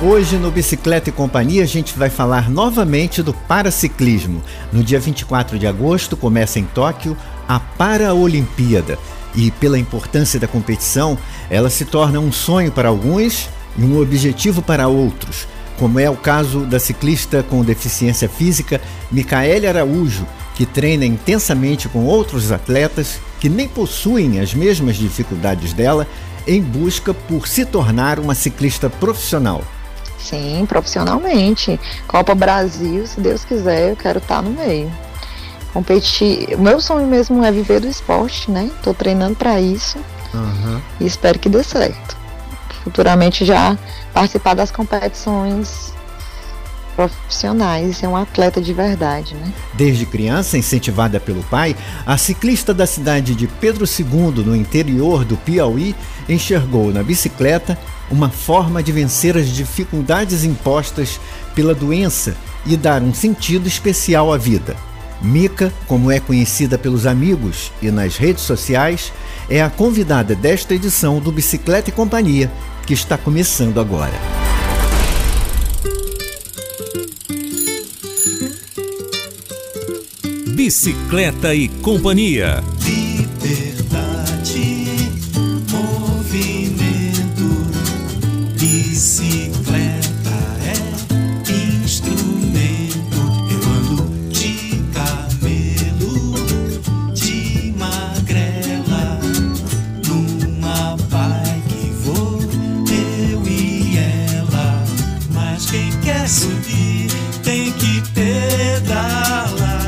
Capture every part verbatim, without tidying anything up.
Hoje no Bicicleta e Companhia a gente vai falar novamente do paraciclismo. No dia vinte e quatro de agosto começa em Tóquio a Paraolimpíada e pela importância da competição ela se torna um sonho para alguns e um objetivo para outros, como é o caso da ciclista com deficiência física Micaele Araújo, que treina intensamente com outros atletas que nem possuem as mesmas dificuldades dela em busca por se tornar uma ciclista profissional. Sim, profissionalmente. Copa Brasil, se Deus quiser, eu quero estar no meio. Competir. O meu sonho mesmo é viver do esporte, né? Tô treinando para isso. Uhum. E espero que dê certo. Futuramente já participar das competições profissionais e ser um atleta de verdade, né? Desde criança, incentivada pelo pai, a ciclista da cidade de Pedro segundo, no interior do Piauí, enxergou na bicicleta uma forma de vencer as dificuldades impostas pela doença e dar um sentido especial à vida. Mica, como é conhecida pelos amigos e nas redes sociais, é a convidada desta edição do Bicicleta e Companhia, que está começando agora. Bicicleta e Companhia. Bicicleta é instrumento. Eu ando de camelo, de magrela, numa bike vou eu e ela. Mas quem quer subir tem que pedalar.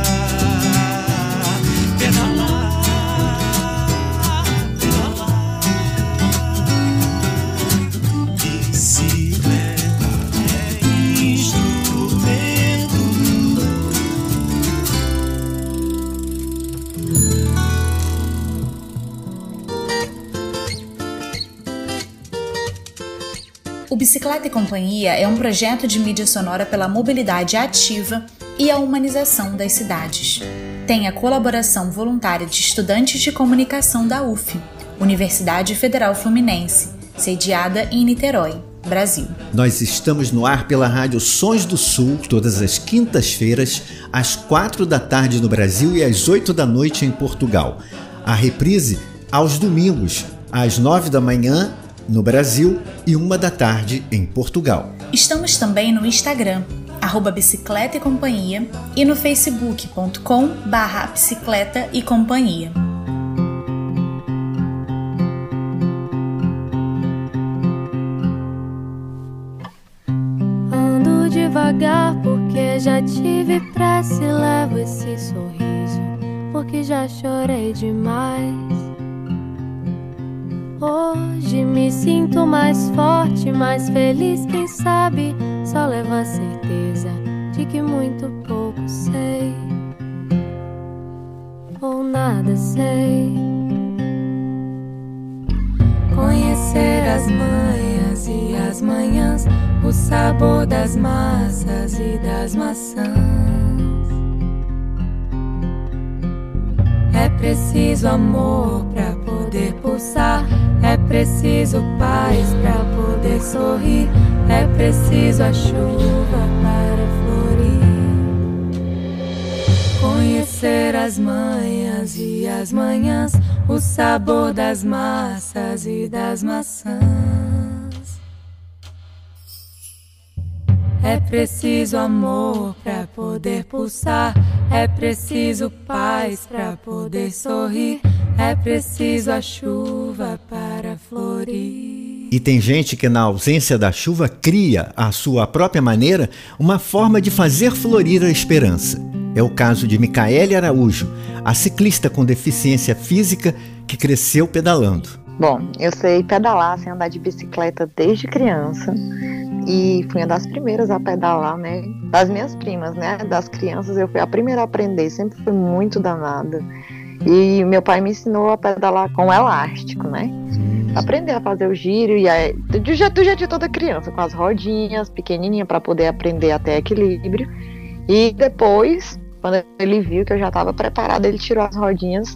O Bicicleta e Companhia é um projeto de mídia sonora pela mobilidade ativa e a humanização das cidades. Tem a colaboração voluntária de estudantes de comunicação da U F, Universidade Federal Fluminense, sediada em Niterói, Brasil. Nós estamos no ar pela Rádio Sons do Sul, todas as quintas-feiras, às quatro da tarde no Brasil e às oito da noite em Portugal. A reprise aos domingos, às nove da manhã no Brasil e uma da tarde em Portugal. Estamos também no Instagram, arroba Bicicleta e Companhia, e no facebook ponto com barra Bicicleta e Companhia. Ando devagar porque já tive pressa e levo esse sorriso porque já chorei demais. Hoje me sinto mais forte, mais feliz, quem sabe só levo a certeza de que muito pouco sei ou nada sei. Conhecer as manhas e as manhãs, o sabor das massas e das maçãs. É preciso amor pra poder pulsar, é preciso paz pra poder sorrir, é preciso a chuva para florir. Conhecer as manhas e as manhãs, o sabor das massas e das maçãs. É preciso amor pra poder pulsar, é preciso paz pra poder sorrir, é preciso a chuva para florir. E tem gente que na ausência da chuva cria, à sua própria maneira, uma forma de fazer florir a esperança. É o caso de Micaele Araújo, a ciclista com deficiência física que cresceu pedalando. Bom, eu sei pedalar, sei andar de bicicleta desde criança. E fui uma das primeiras a pedalar, né? Das minhas primas, né? Das crianças, eu fui a primeira a aprender, sempre fui muito danada. E meu pai me ensinou a pedalar com elástico, né? Hum. Aprender a fazer o giro, e aí, do jeito, do jeito de toda criança, com as rodinhas pequenininhas para poder aprender até equilíbrio. E depois, quando ele viu que eu já estava preparada, ele tirou as rodinhas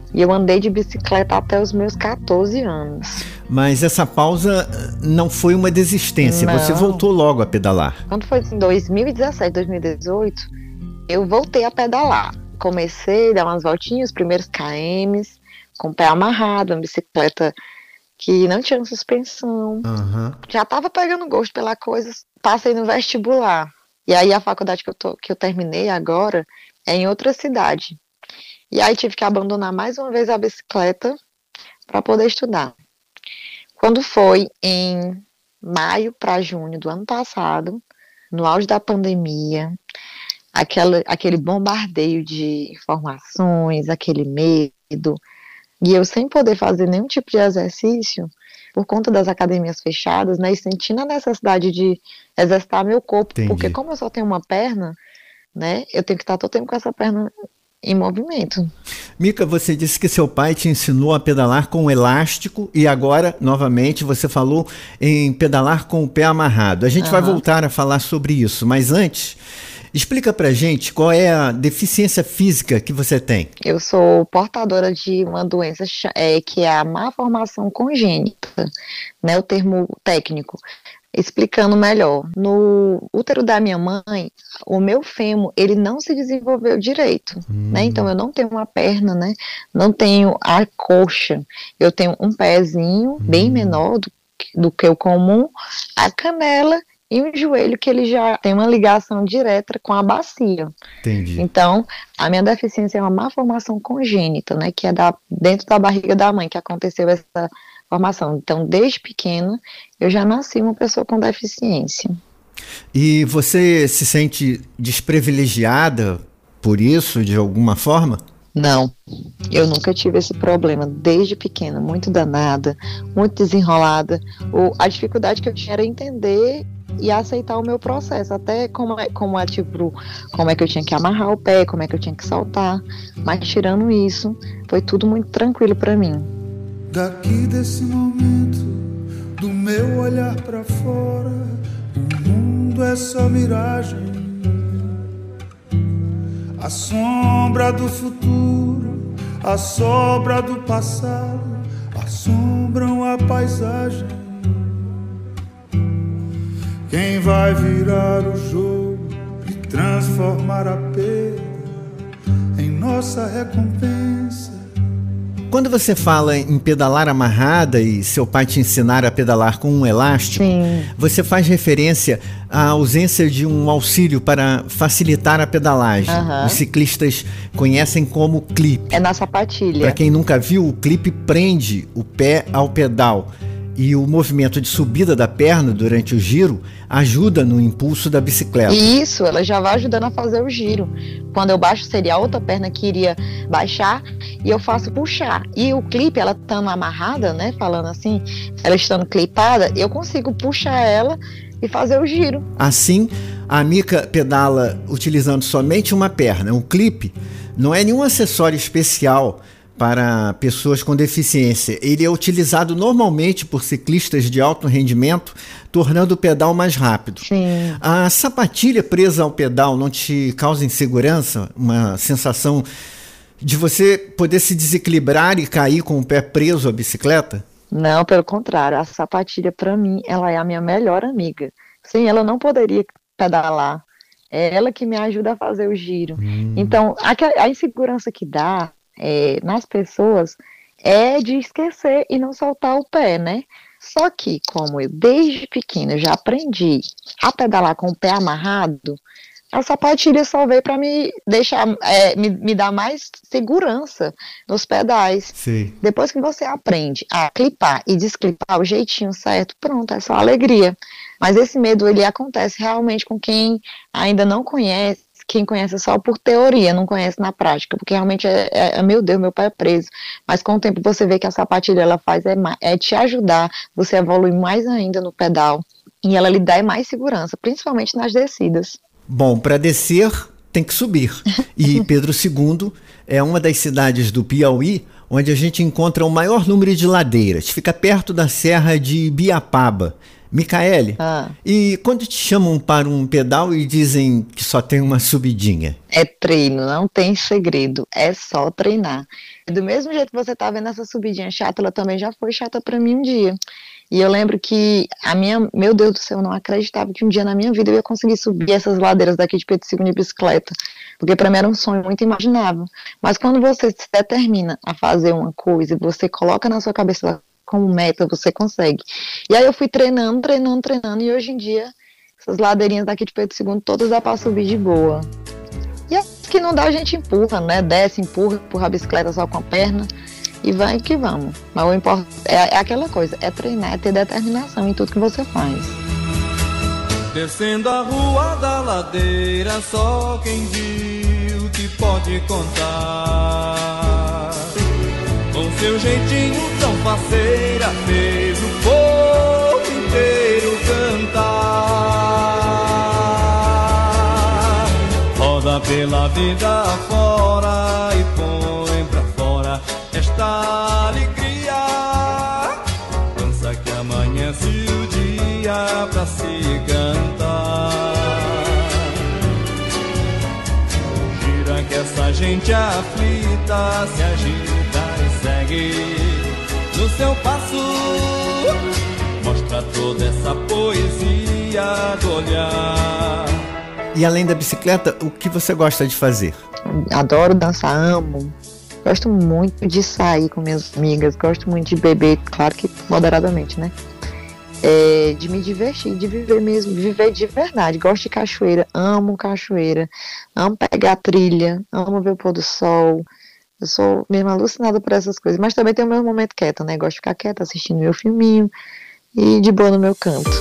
E eu andei de bicicleta até os meus quatorze anos. Mas essa pausa não foi uma desistência, Não. Você voltou logo a pedalar. Quando foi em dois mil e dezessete, dois mil e dezoito, eu voltei a pedalar. Comecei a dar umas voltinhas, os primeiros quilômetros, com o pé amarrado, uma bicicleta que não tinha suspensão. Uhum. Já estava pegando gosto pela coisa, passei no vestibular. E aí a faculdade que eu, tô, que eu terminei agora é em outra cidade. E aí tive que abandonar mais uma vez a bicicleta para poder estudar. Quando foi em maio para junho do ano passado, no auge da pandemia, aquela, aquele bombardeio de informações, aquele medo, e eu sem poder fazer nenhum tipo de exercício, por conta das academias fechadas, né, e sentindo a necessidade de exercitar meu corpo, Entendi. Porque como eu só tenho uma perna, né, eu tenho que estar todo tempo com essa perna em movimento. Mica, você disse que seu pai te ensinou a pedalar com elástico e agora, novamente, você falou em pedalar com o pé amarrado. A gente Uhum. vai voltar a falar sobre isso, mas antes, explica pra gente qual é a deficiência física que você tem. Eu sou portadora de uma doença é, que é a malformação congênita, né, o termo técnico. Explicando melhor, no útero da minha mãe, o meu fêmur, ele não se desenvolveu direito, hum. né, então eu não tenho uma perna, né, não tenho a coxa, eu tenho um pezinho hum. bem menor do, do que o comum, a canela e o joelho que ele já tem uma ligação direta com a bacia. Entendi. Então, a minha deficiência é uma malformação congênita, né, que é da, dentro da barriga da mãe que aconteceu essa formação. Então, desde pequena, eu já nasci uma pessoa com deficiência. E você se sente desprivilegiada por isso, de alguma forma? Não, eu nunca tive esse problema desde pequena, muito danada, muito desenrolada. O, a dificuldade que eu tinha era entender e aceitar o meu processo, até como é, como, é, tipo, como é que eu tinha que amarrar o pé, como é que eu tinha que saltar. Mas tirando isso, foi tudo muito tranquilo para mim. Daqui desse momento, do meu olhar pra fora, o mundo é só miragem. A sombra do futuro, a sobra do passado, assombram a paisagem. Quem vai virar o jogo e transformar a perda em nossa recompensa? Quando você fala em pedalar amarrada e seu pai te ensinar a pedalar com um elástico, Sim. você faz referência à ausência de um auxílio para facilitar a pedalagem. Uhum. Os ciclistas conhecem como clipe. É na sapatilha. Para quem nunca viu, o clipe prende o pé ao pedal. E o movimento de subida da perna durante o giro ajuda no impulso da bicicleta. E isso, ela já vai ajudando a fazer o giro. Quando eu baixo, seria a outra perna que iria baixar e eu faço puxar. E o clipe, ela estando amarrada, né, falando assim, ela estando clipada, eu consigo puxar ela e fazer o giro. Assim, a Mica pedala utilizando somente uma perna. O clipe não é nenhum acessório especial para pessoas com deficiência. Ele é utilizado normalmente por ciclistas de alto rendimento, tornando o pedal mais rápido. Sim. A sapatilha presa ao pedal não te causa insegurança? Uma sensação de você poder se desequilibrar e cair com o pé preso à bicicleta? Não, pelo contrário. A sapatilha, para mim, ela é a minha melhor amiga. Sem ela, eu não poderia pedalar. É ela que me ajuda a fazer o giro. Hum. Então, a, a insegurança que dá É, nas pessoas é de esquecer e não soltar o pé, né? Só que, como eu desde pequena já aprendi a pedalar com o pé amarrado, a sapatilha só veio para me deixar, é, me, me dar mais segurança nos pedais. Sim. Depois que você aprende a clipar e desclipar o jeitinho certo, pronto, é só alegria. Mas esse medo, ele acontece realmente com quem ainda não conhece, quem conhece só por teoria, não conhece na prática, porque realmente é, é, é meu Deus, meu pé é preso. Mas com o tempo você vê que a sapatilha ela faz é, é te ajudar, você evolui mais ainda no pedal e ela lhe dá mais segurança, principalmente nas descidas. Bom, para descer tem que subir. E Pedro segundo é uma das cidades do Piauí onde a gente encontra o maior número de ladeiras. Fica perto da Serra de Ibiapaba. Micaele, Ah. e quando te chamam para um pedal e dizem que só tem uma subidinha? É treino, não tem segredo, é só treinar. Do mesmo jeito que você tá vendo essa subidinha chata, ela também já foi chata pra mim um dia. E eu lembro que a minha, meu Deus do céu, eu não acreditava que um dia na minha vida eu ia conseguir subir essas ladeiras daqui de Pedro segundo de bicicleta, porque para mim era um sonho muito imaginável. Mas quando você se determina a fazer uma coisa e você coloca na sua cabeça como meta, você consegue. E aí eu fui treinando, treinando, treinando, e hoje em dia essas ladeirinhas daqui de Pedro segundo todas dá para subir de boa. E as que não dá, a gente empurra, né? Desce, empurra, empurra a bicicleta só com a perna. E vai que vamos. Mas o importante é, é aquela coisa, é treinar, é ter determinação em tudo que você faz. Descendo a rua da ladeira, só quem viu te pode contar. Com seu jeitinho tão faceira, fez o povo inteiro cantar. Roda pela vida fora e põe pra fora esta alegria, dança que amanhece o dia pra se cantar. Gira que essa gente aflita se agita e segue no seu passo, mostra toda essa poesia do olhar. E além da bicicleta, o que você gosta de fazer? Adoro dançar, amo. Gosto muito de sair com minhas amigas, gosto muito de beber, claro que moderadamente, né? É, de me divertir, de viver mesmo, de viver de verdade. Gosto de cachoeira, amo cachoeira, amo pegar trilha, amo ver o pôr do sol. Eu sou mesmo alucinada por essas coisas, mas também tenho o meu momento quieto, né? Gosto de ficar quieta, assistindo meu filminho e de boa no meu canto.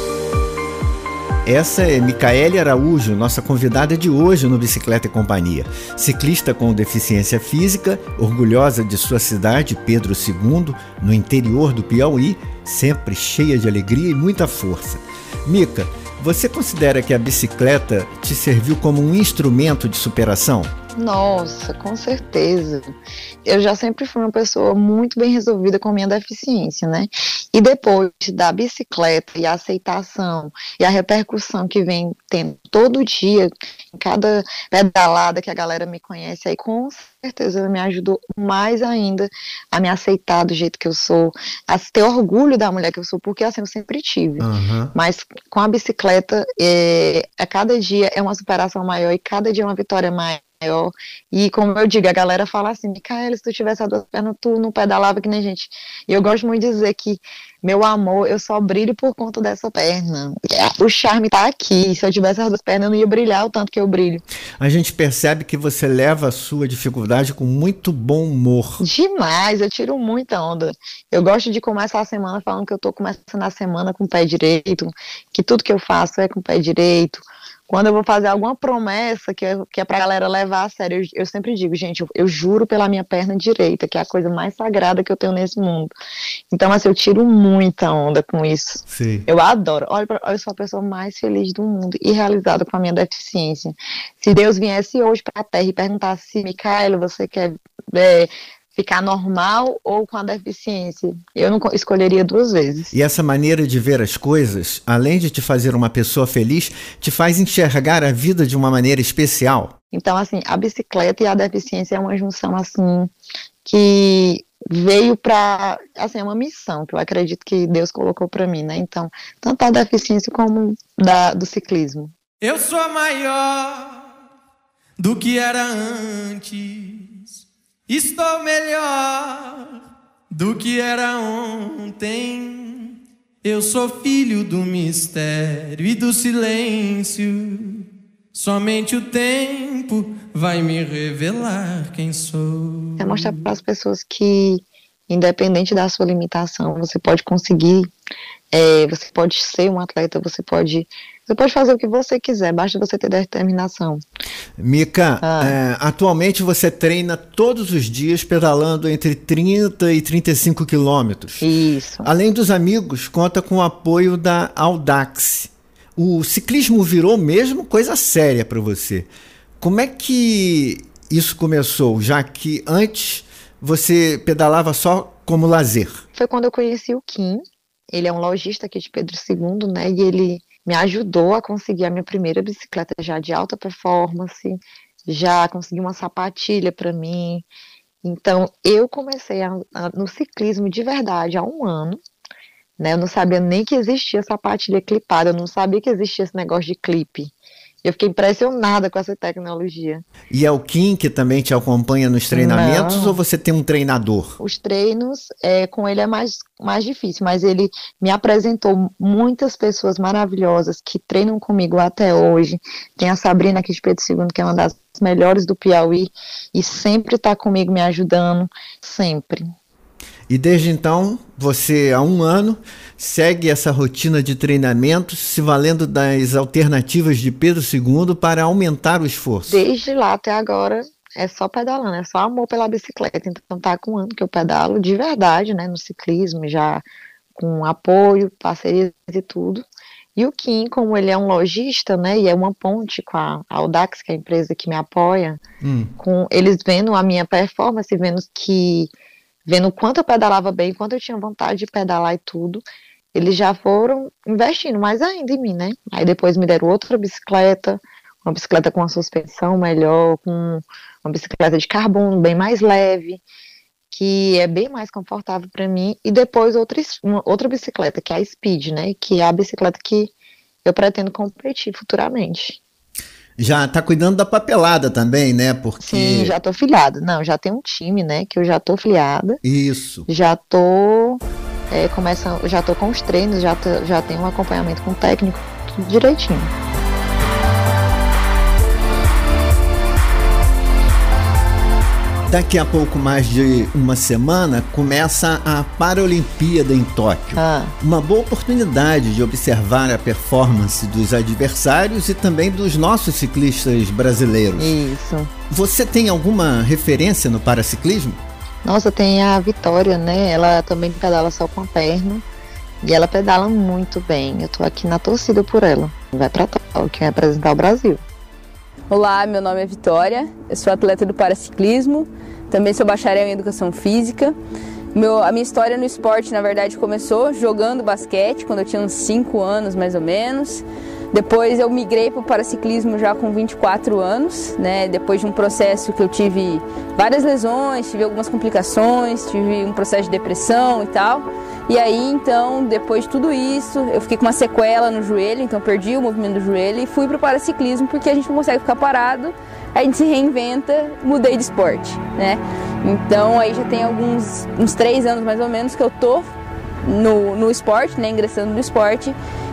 Essa é Micaele Araújo, nossa convidada de hoje no Bicicleta e Companhia. Ciclista com deficiência física, orgulhosa de sua cidade, Pedro segundo, no interior do Piauí, sempre cheia de alegria e muita força. Mica, você considera que a bicicleta te serviu como um instrumento de superação? Nossa, com certeza. Eu já sempre fui uma pessoa muito bem resolvida com a minha deficiência, né? E depois da bicicleta e a aceitação e a repercussão que vem tendo todo dia, em cada pedalada que a galera me conhece, aí com certeza me ajudou mais ainda a me aceitar do jeito que eu sou, a ter orgulho da mulher que eu sou, porque assim eu sempre tive. Uhum. Mas com a bicicleta, é, a cada dia é uma superação maior e cada dia é uma vitória maior. Maior. E como eu digo, a galera fala assim, Micaele, se tu tivesse as duas pernas, tu não pedalava que nem gente. E eu gosto muito de dizer que, meu amor, eu só brilho por conta dessa perna. O charme tá aqui. Se eu tivesse as duas pernas, eu não ia brilhar o tanto que eu brilho. A gente percebe que você leva a sua dificuldade com muito bom humor. Demais, eu tiro muita onda. Eu gosto de começar a semana falando que eu tô começando a semana com o pé direito, que tudo que eu faço é com o pé direito. Quando eu vou fazer alguma promessa que é, que é pra galera levar a sério, eu, eu sempre digo, gente, eu, eu juro pela minha perna direita, que é a coisa mais sagrada que eu tenho nesse mundo. Então, assim, eu tiro muita onda com isso. Sim. Eu adoro. Olha, olha, eu sou a pessoa mais feliz do mundo e realizada com a minha deficiência. Se Deus viesse hoje pra Terra e perguntasse, Micaele, você quer... É, ficar normal ou com a deficiência? Eu não escolheria duas vezes. E essa maneira de ver as coisas, além de te fazer uma pessoa feliz, te faz enxergar a vida de uma maneira especial? Então, assim, a bicicleta e a deficiência é uma junção, assim, que veio para, assim, é uma missão que eu acredito que Deus colocou para mim, né? Então, tanto a deficiência como da, do ciclismo. Eu sou maior do que era antes. Estou melhor do que era ontem. Eu sou filho do mistério e do silêncio. Somente o tempo vai me revelar quem sou. É mostrar para as pessoas que, independente da sua limitação, você pode conseguir, é, você pode ser um atleta, você pode... Você pode fazer o que você quiser, basta você ter determinação. Mica, ah. é, atualmente você treina todos os dias pedalando entre trinta e trinta e cinco quilômetros. Isso. Além dos amigos, conta com o apoio da Audax. O ciclismo virou mesmo coisa séria para você. Como é que isso começou, já que antes você pedalava só como lazer? Foi quando eu conheci o Kim. ele é um lojista aqui de Pedro segundo, né, e ele me ajudou a conseguir a minha primeira bicicleta já de alta performance, já consegui uma sapatilha para mim. Então, eu comecei a, a, no ciclismo de verdade há um ano, né, eu não sabia nem que existia sapatilha clipada, eu não sabia que existia esse negócio de clipe. Eu fiquei impressionada com essa tecnologia. E é o Kim que também te acompanha nos treinamentos? Não. Ou você tem um treinador? Os treinos, é, com ele é mais, mais difícil, mas ele me apresentou muitas pessoas maravilhosas que treinam comigo até hoje. Tem a Sabrina aqui de Pedro segundo, que é uma das melhores do Piauí, e sempre está comigo me ajudando, sempre. E desde então, você há um ano segue essa rotina de treinamento, se valendo das alternativas de Pedro segundo para aumentar o esforço. Desde lá até agora é só pedalando, é só amor pela bicicleta. Então tá com um ano que eu pedalo de verdade, né, no ciclismo, já com apoio, parcerias e tudo. E o Kim, como ele é um lojista, né, e é uma ponte com a Audax, que é a empresa que me apoia, hum. com eles vendo a minha performance, vendo que vendo o quanto eu pedalava bem, quanto eu tinha vontade de pedalar e tudo, eles já foram investindo mais ainda em mim, né? Aí depois me deram outra bicicleta, uma bicicleta com uma suspensão melhor, com uma bicicleta de carbono bem mais leve, que é bem mais confortável para mim, e depois outra, uma, outra bicicleta, que é a Speed, né? Que é a bicicleta que eu pretendo competir futuramente. Já tá cuidando da papelada também, né? Porque... Sim, já tô filiada. Não, já tem um time, né? Que eu já tô filiada. Isso. Já tô é, começando, já tô com os treinos, já, tô, já tenho um acompanhamento com o técnico, tudo direitinho. Daqui a pouco mais de uma semana começa a Paralimpíada em Tóquio. Ah. Uma boa oportunidade de observar a performance dos adversários e também dos nossos ciclistas brasileiros. Isso. Você tem alguma referência no paraciclismo? Nossa, tem a Vitória, né? Ela também pedala só com a perna e ela pedala muito bem. Eu tô aqui na torcida por ela. Vai pra Tóquio representar o Brasil. Olá, meu nome é Vitória, eu sou atleta do paraciclismo, também sou bacharel em educação física. Meu, a minha história no esporte, na verdade, começou jogando basquete, quando eu tinha uns cinco anos, mais ou menos. Depois eu migrei para o paraciclismo já com vinte e quatro anos, né? Depois de um processo que eu tive várias lesões, tive algumas complicações, tive um processo de depressão e tal. E aí, então, depois de tudo isso, eu fiquei com uma sequela no joelho, então perdi o movimento do joelho e fui para o paraciclismo, porque a gente não consegue ficar parado, a gente se reinventa, mudei de esporte, né? Então, aí já tem alguns, uns três anos mais ou menos que eu tô no, no esporte, né? Ingressando no esporte.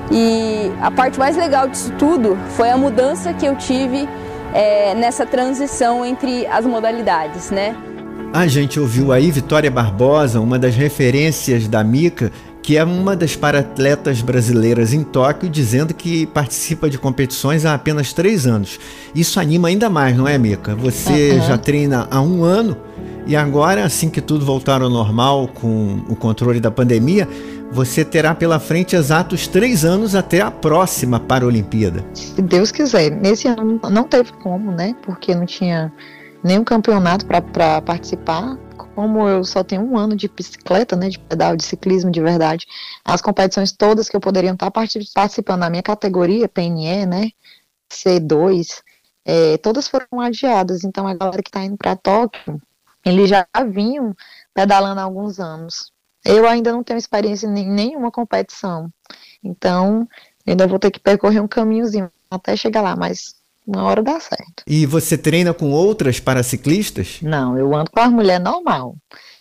E a parte mais legal disso tudo foi a mudança que eu tive é, nessa transição entre as modalidades, né? A gente ouviu aí Vitória Barbosa, uma das referências da Mica, que é uma das paratletas brasileiras em Tóquio, dizendo que participa de competições há apenas três anos. Isso anima ainda mais, não é, Mica? Você uhum. já treina há um ano e agora, assim que tudo voltar ao normal com o controle da pandemia, você terá pela frente exatos três anos até a próxima Paralimpíada. Se Deus quiser. Nesse ano não teve como, né? Porque não tinha nenhum campeonato para participar. Como eu só tenho um ano de bicicleta, né, de pedal, de ciclismo de verdade, as competições todas que eu poderia estar participando na minha categoria, P N E, né, C dois, é, todas foram adiadas. Então a galera que está indo para Tóquio, eles já vinham pedalando há alguns anos. Eu ainda não tenho experiência em nenhuma competição, então ainda vou ter que percorrer um caminhozinho até chegar lá, mas uma hora dá certo. E você treina com outras paraciclistas? Não, eu ando com as mulheres normal.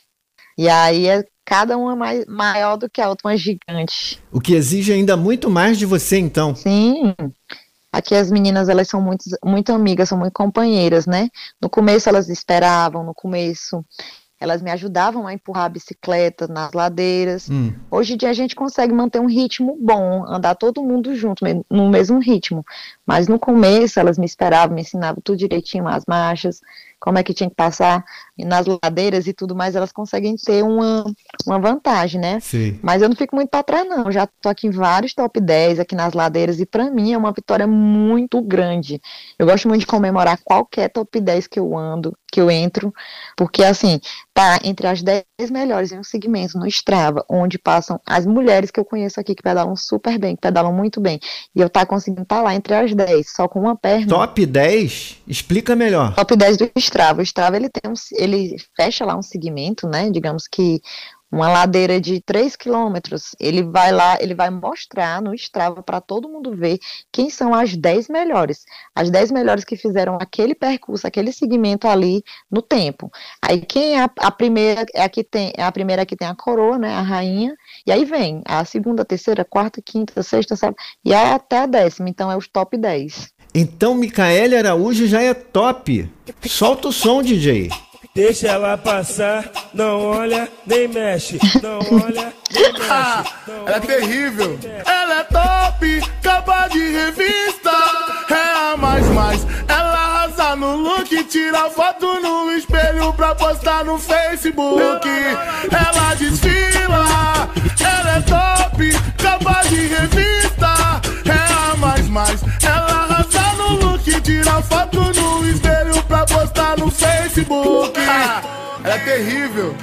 E aí é cada uma mais, maior do que a outra, uma gigante. O que exige ainda muito mais de você, então. Sim. Aqui as meninas, elas são muito, muito amigas, são muito companheiras, né? No começo elas esperavam, no começo elas me ajudavam a empurrar a bicicleta nas ladeiras. Hum. Hoje em dia a gente consegue manter um ritmo bom, andar todo mundo junto, no mesmo ritmo. Mas no começo elas me esperavam, me ensinavam tudo direitinho, as marchas. como é que tinha que passar nas ladeiras e tudo mais, elas conseguem ter uma, uma vantagem, né? Sim. Mas eu não fico muito para trás, não. Eu já tô aqui em vários top dez aqui nas ladeiras e para mim é uma vitória muito grande. Eu gosto muito de comemorar qualquer top dez que eu ando, que eu entro, porque assim, tá entre as dez melhores em um segmento no Strava, onde passam as mulheres que eu conheço aqui, que pedalam super bem, que pedalam muito bem, e eu tá conseguindo estar tá lá entre as dez, só com uma perna. Top dez? Explica melhor. Top dez do Strava. O Strava, ele tem um, ele fecha lá um segmento, né, digamos que uma ladeira de três quilômetros, ele vai lá, ele vai mostrar no Strava para todo mundo ver quem são as dez melhores, as dez melhores que fizeram aquele percurso, aquele segmento ali no tempo. Aí quem é a, a primeira, é a que tem, é a primeira que tem a coroa, né, a rainha, e aí vem a segunda, terceira, quarta, quinta, sexta, sábado, e até a décima, então é os top dez. Então Micaele Araújo já é top. Solta o som, D J. Deixa ela passar, não olha, nem mexe, não olha, nem mexe. Ah, ela é terrível. Ela é top, capa de revista. É a mais mais. Ela arrasa no look, tira foto no espelho pra postar no Facebook. Ela desfila, ela é top, capa de revista. É a mais mais. Ela arrasa no look, tira foto no espelho pra postar no Facebook. Ah, ela é terrível.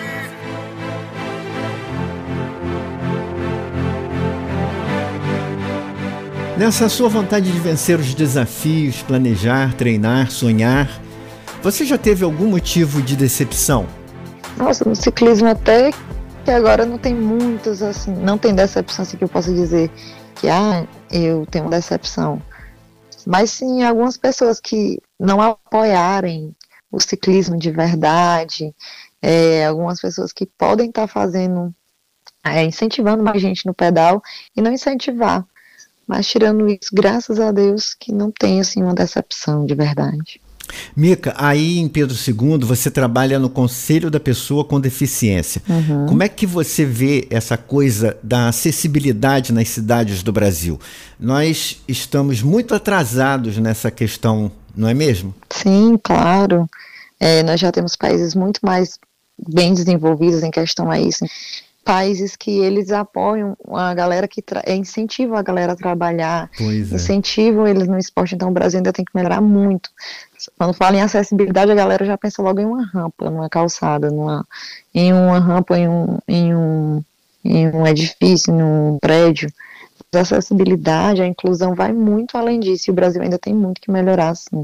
Nessa sua vontade de vencer os desafios, planejar, treinar, sonhar, você já teve algum motivo de decepção? Nossa, no ciclismo até que agora não tem muitos, assim, não tem decepção assim que eu possa dizer que, ah, eu tenho uma decepção. Mas sim, algumas pessoas que não apoiarem o ciclismo de verdade, é, algumas pessoas que podem estar tá fazendo, é, incentivando mais gente no pedal e não incentivar. Mas tirando isso, graças a Deus que não tem assim uma decepção de verdade. Mica, aí em Pedro segundo você trabalha no Conselho da Pessoa com Deficiência. Uhum. Como é que você vê essa coisa da acessibilidade nas cidades do Brasil? Nós estamos muito atrasados nessa questão, não é mesmo? Sim, claro. É, nós já temos países muito mais bem desenvolvidos em questão a isso. Países que eles apoiam a galera, que tra- incentivam a galera a trabalhar, pois é. incentivam eles no esporte. Então o Brasil ainda tem que melhorar muito. Quando fala em acessibilidade, a galera já pensa logo em uma rampa, numa calçada, numa, em uma rampa, em um, em, um, em um edifício, em um prédio. A acessibilidade, a inclusão vai muito além disso, e o Brasil ainda tem muito que melhorar, sim.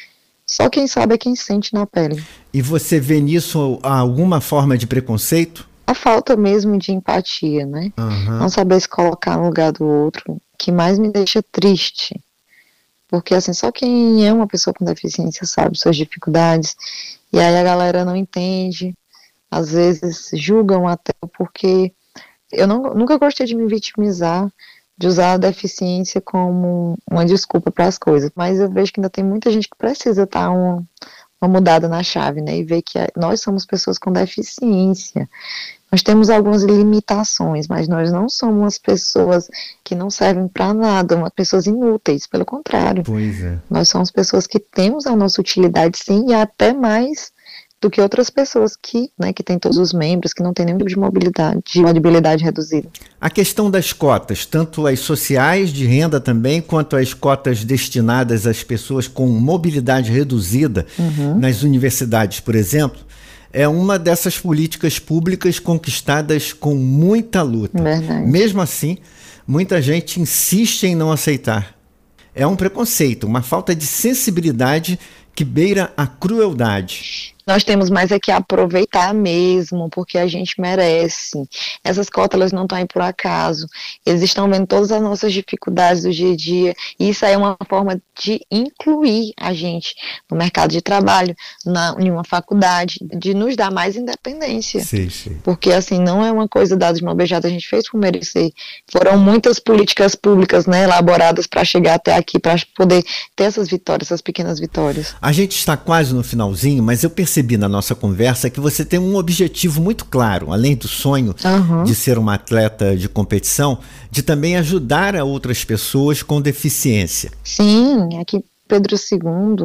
Só quem sabe é quem sente na pele. E você vê nisso alguma forma de preconceito? A falta mesmo de empatia, né? Uhum. Não saber se colocar no lugar do outro, que mais me deixa triste. Porque, assim, só quem é uma pessoa com deficiência sabe suas dificuldades, e aí a galera não entende, às vezes julgam até, porque eu não, nunca gostei de me vitimizar, de usar a deficiência como uma desculpa para as coisas, mas eu vejo que ainda tem muita gente que precisa estar uma, uma mudada na chave, né, e ver que nós somos pessoas com deficiência. Nós temos algumas limitações, mas nós não somos umas pessoas que não servem para nada, umas pessoas inúteis, pelo contrário. Pois é. Nós somos pessoas que temos a nossa utilidade, sim, e até mais do que outras pessoas que, né, que têm todos os membros, que não têm nenhum tipo de mobilidade, de mobilidade reduzida. A questão das cotas, tanto as sociais de renda também, quanto as cotas destinadas às pessoas com mobilidade reduzida, uhum. nas universidades, por exemplo, é uma dessas políticas públicas conquistadas com muita luta. Verdade. Mesmo assim, muita gente insiste em não aceitar. É um preconceito, uma falta de sensibilidade que beira a crueldade. Nós temos mais é que aproveitar mesmo, porque a gente merece. Essas cotas, elas não estão aí por acaso. Eles estão vendo todas as nossas dificuldades do dia a dia, e isso aí é uma forma de incluir a gente no mercado de trabalho, na, em uma faculdade, de nos dar mais independência. Sim, sim. Porque, assim, não é uma coisa dada de uma beijada, a gente fez por merecer. Foram muitas políticas públicas, né, elaboradas para chegar até aqui, para poder ter essas vitórias, essas pequenas vitórias. A gente está quase no finalzinho, mas eu percebi na nossa conversa que você tem um objetivo muito claro, além do sonho uhum. de ser uma atleta de competição, de também ajudar a outras pessoas com deficiência. Sim, aqui Pedro segundo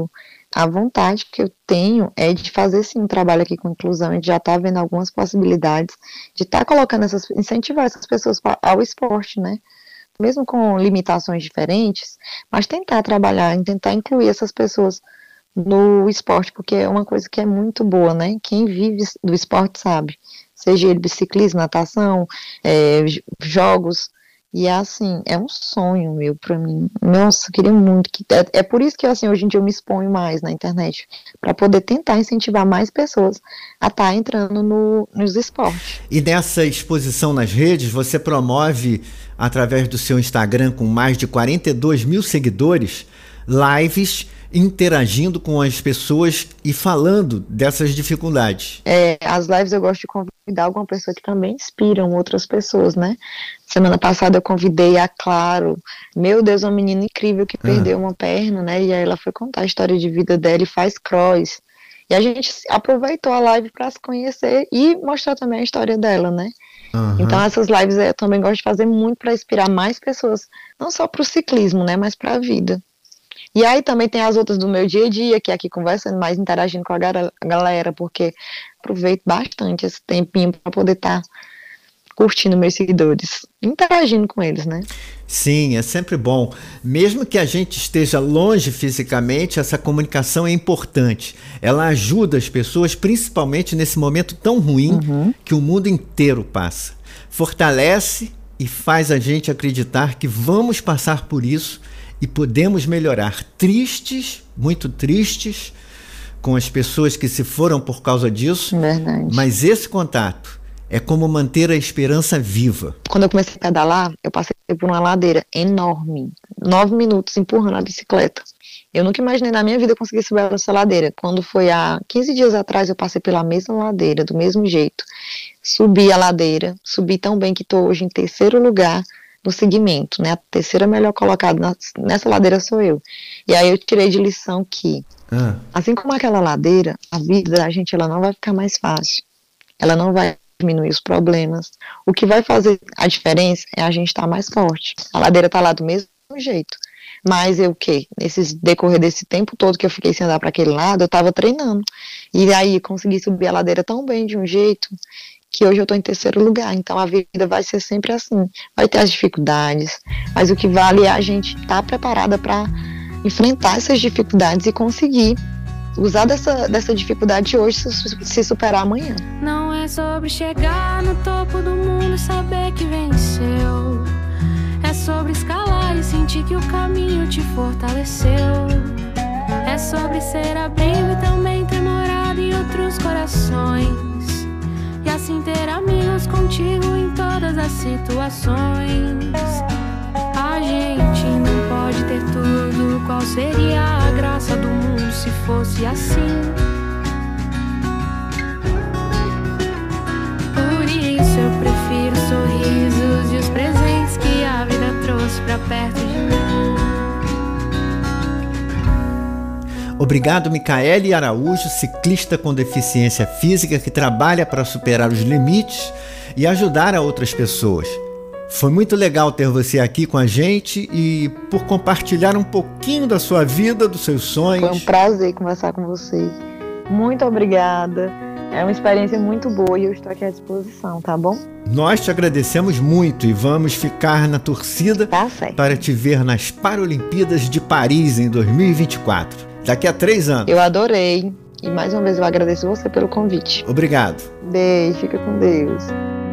A vontade que eu tenho é de fazer sim um trabalho aqui com inclusão, de já estar vendo algumas possibilidades, de estar colocando essas, incentivar essas pessoas ao esporte, né? Mesmo com limitações diferentes, mas tentar trabalhar, tentar incluir essas pessoas no esporte, porque é uma coisa que é muito boa, né? Quem vive do esporte sabe, seja ele biciclismo, natação, é, jogos. E assim, é um sonho meu pra mim. Nossa, eu queria muito que... É, é por isso que assim, hoje em dia eu me exponho mais na internet, para poder tentar incentivar mais pessoas a estar tá entrando no, nos esportes. E nessa exposição nas redes, você promove, através do seu Instagram, com mais de quarenta e dois mil seguidores, lives interagindo com as pessoas e falando dessas dificuldades. É, as lives eu gosto de convidar alguma pessoa que também inspiram outras pessoas, né? Semana passada eu convidei a Claro, meu Deus, uma menina incrível que perdeu ah. uma perna, né? E aí ela foi contar a história de vida dela e faz cross. E a gente aproveitou a live para se conhecer e mostrar também a história dela, né? Uhum. Então essas lives eu também gosto de fazer muito para inspirar mais pessoas, não só para o ciclismo, né? Mas para a vida. E aí também tem as outras do meu dia a dia, que é aqui conversando mais, interagindo com a galera, porque aproveito bastante esse tempinho para poder estar tá curtindo meus seguidores, interagindo com eles, né? Sim, é sempre bom. Mesmo que a gente esteja longe fisicamente, essa comunicação é importante. Ela ajuda as pessoas, principalmente nesse momento tão ruim uhum. que o mundo inteiro passa. Fortalece e faz a gente acreditar que vamos passar por isso e podemos melhorar. Tristes, muito tristes, com as pessoas que se foram por causa disso. Verdade. Mas esse contato é como manter a esperança viva. Quando eu comecei a pedalar, eu passei por uma ladeira enorme. Nove minutos empurrando a bicicleta. Eu nunca imaginei na minha vida conseguir subir essa ladeira. Quando foi há quinze dias atrás, eu passei pela mesma ladeira, do mesmo jeito. Subi a ladeira, subi tão bem que estou hoje em terceiro lugar no segmento, né? A terceira melhor colocada nessa ladeira sou eu. E aí eu tirei de lição que, ah. assim como aquela ladeira, a vida da gente ela não vai ficar mais fácil. Ela não vai diminuir os problemas. O que vai fazer a diferença é a gente estar mais forte. A ladeira tá lá do mesmo jeito. Mas eu o quê? Nesse decorrer desse tempo todo que eu fiquei sem andar para aquele lado, eu tava treinando. E aí consegui subir a ladeira tão bem de um jeito que hoje eu estou em terceiro lugar. Então a vida vai ser sempre assim, vai ter as dificuldades, mas o que vale é a gente estar preparada para enfrentar essas dificuldades e conseguir usar dessa, dessa dificuldade hoje se, se superar amanhã. Não é sobre chegar no topo do mundo e saber que venceu, é sobre escalar e sentir que o caminho te fortaleceu, é sobre ser abrigo e também ter morado em outros corações, e assim ter amigos contigo em todas as situações. A gente não pode ter tudo, qual seria a graça do mundo se fosse assim? Por isso eu prefiro os sorrisos e os presentes que a vida trouxe pra perto de mim. Obrigado, Micaele Araújo, ciclista com deficiência física que trabalha para superar os limites e ajudar a outras pessoas. Foi muito legal ter você aqui com a gente e por compartilhar um pouquinho da sua vida, dos seus sonhos. Foi um prazer conversar com vocês. Muito obrigada. É uma experiência muito boa e eu estou aqui à disposição, tá bom? Nós te agradecemos muito e vamos ficar na torcida tá certo. Para te ver nas Paralimpíadas de Paris em dois mil e vinte e quatro. Daqui a três anos. Eu adorei. E mais uma vez eu agradeço você pelo convite. Obrigado. Beijo, fica com Deus.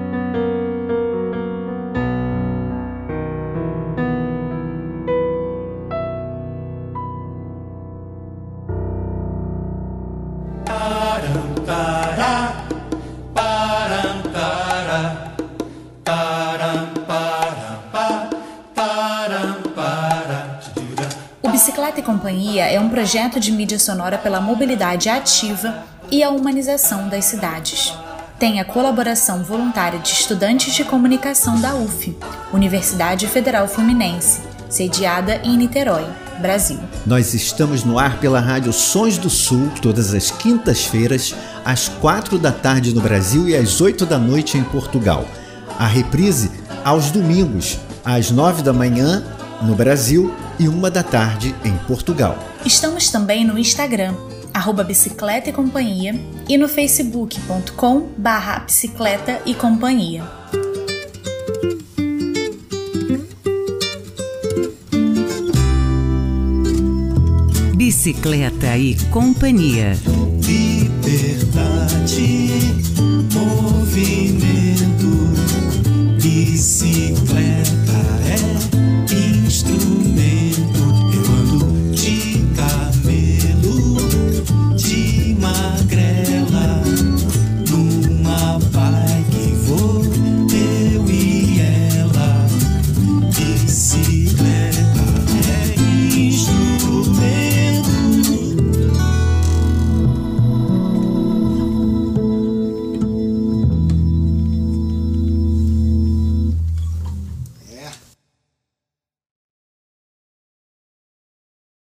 Bicicleta e Companhia é um projeto de mídia sonora pela mobilidade ativa e a humanização das cidades. Tem a colaboração voluntária de estudantes de comunicação da U F, Universidade Federal Fluminense, sediada em Niterói, Brasil. Nós estamos no ar pela Rádio Sons do Sul, todas as quintas-feiras, às quatro da tarde no Brasil e às oito da noite em Portugal. A reprise aos domingos, às nove da manhã no Brasil e uma da tarde em Portugal. Estamos também no Instagram, arroba Bicicleta e Companhia, e no facebook ponto com barra Bicicleta e Companhia. Bicicleta e Companhia. Liberdade, movimento, bicicleta.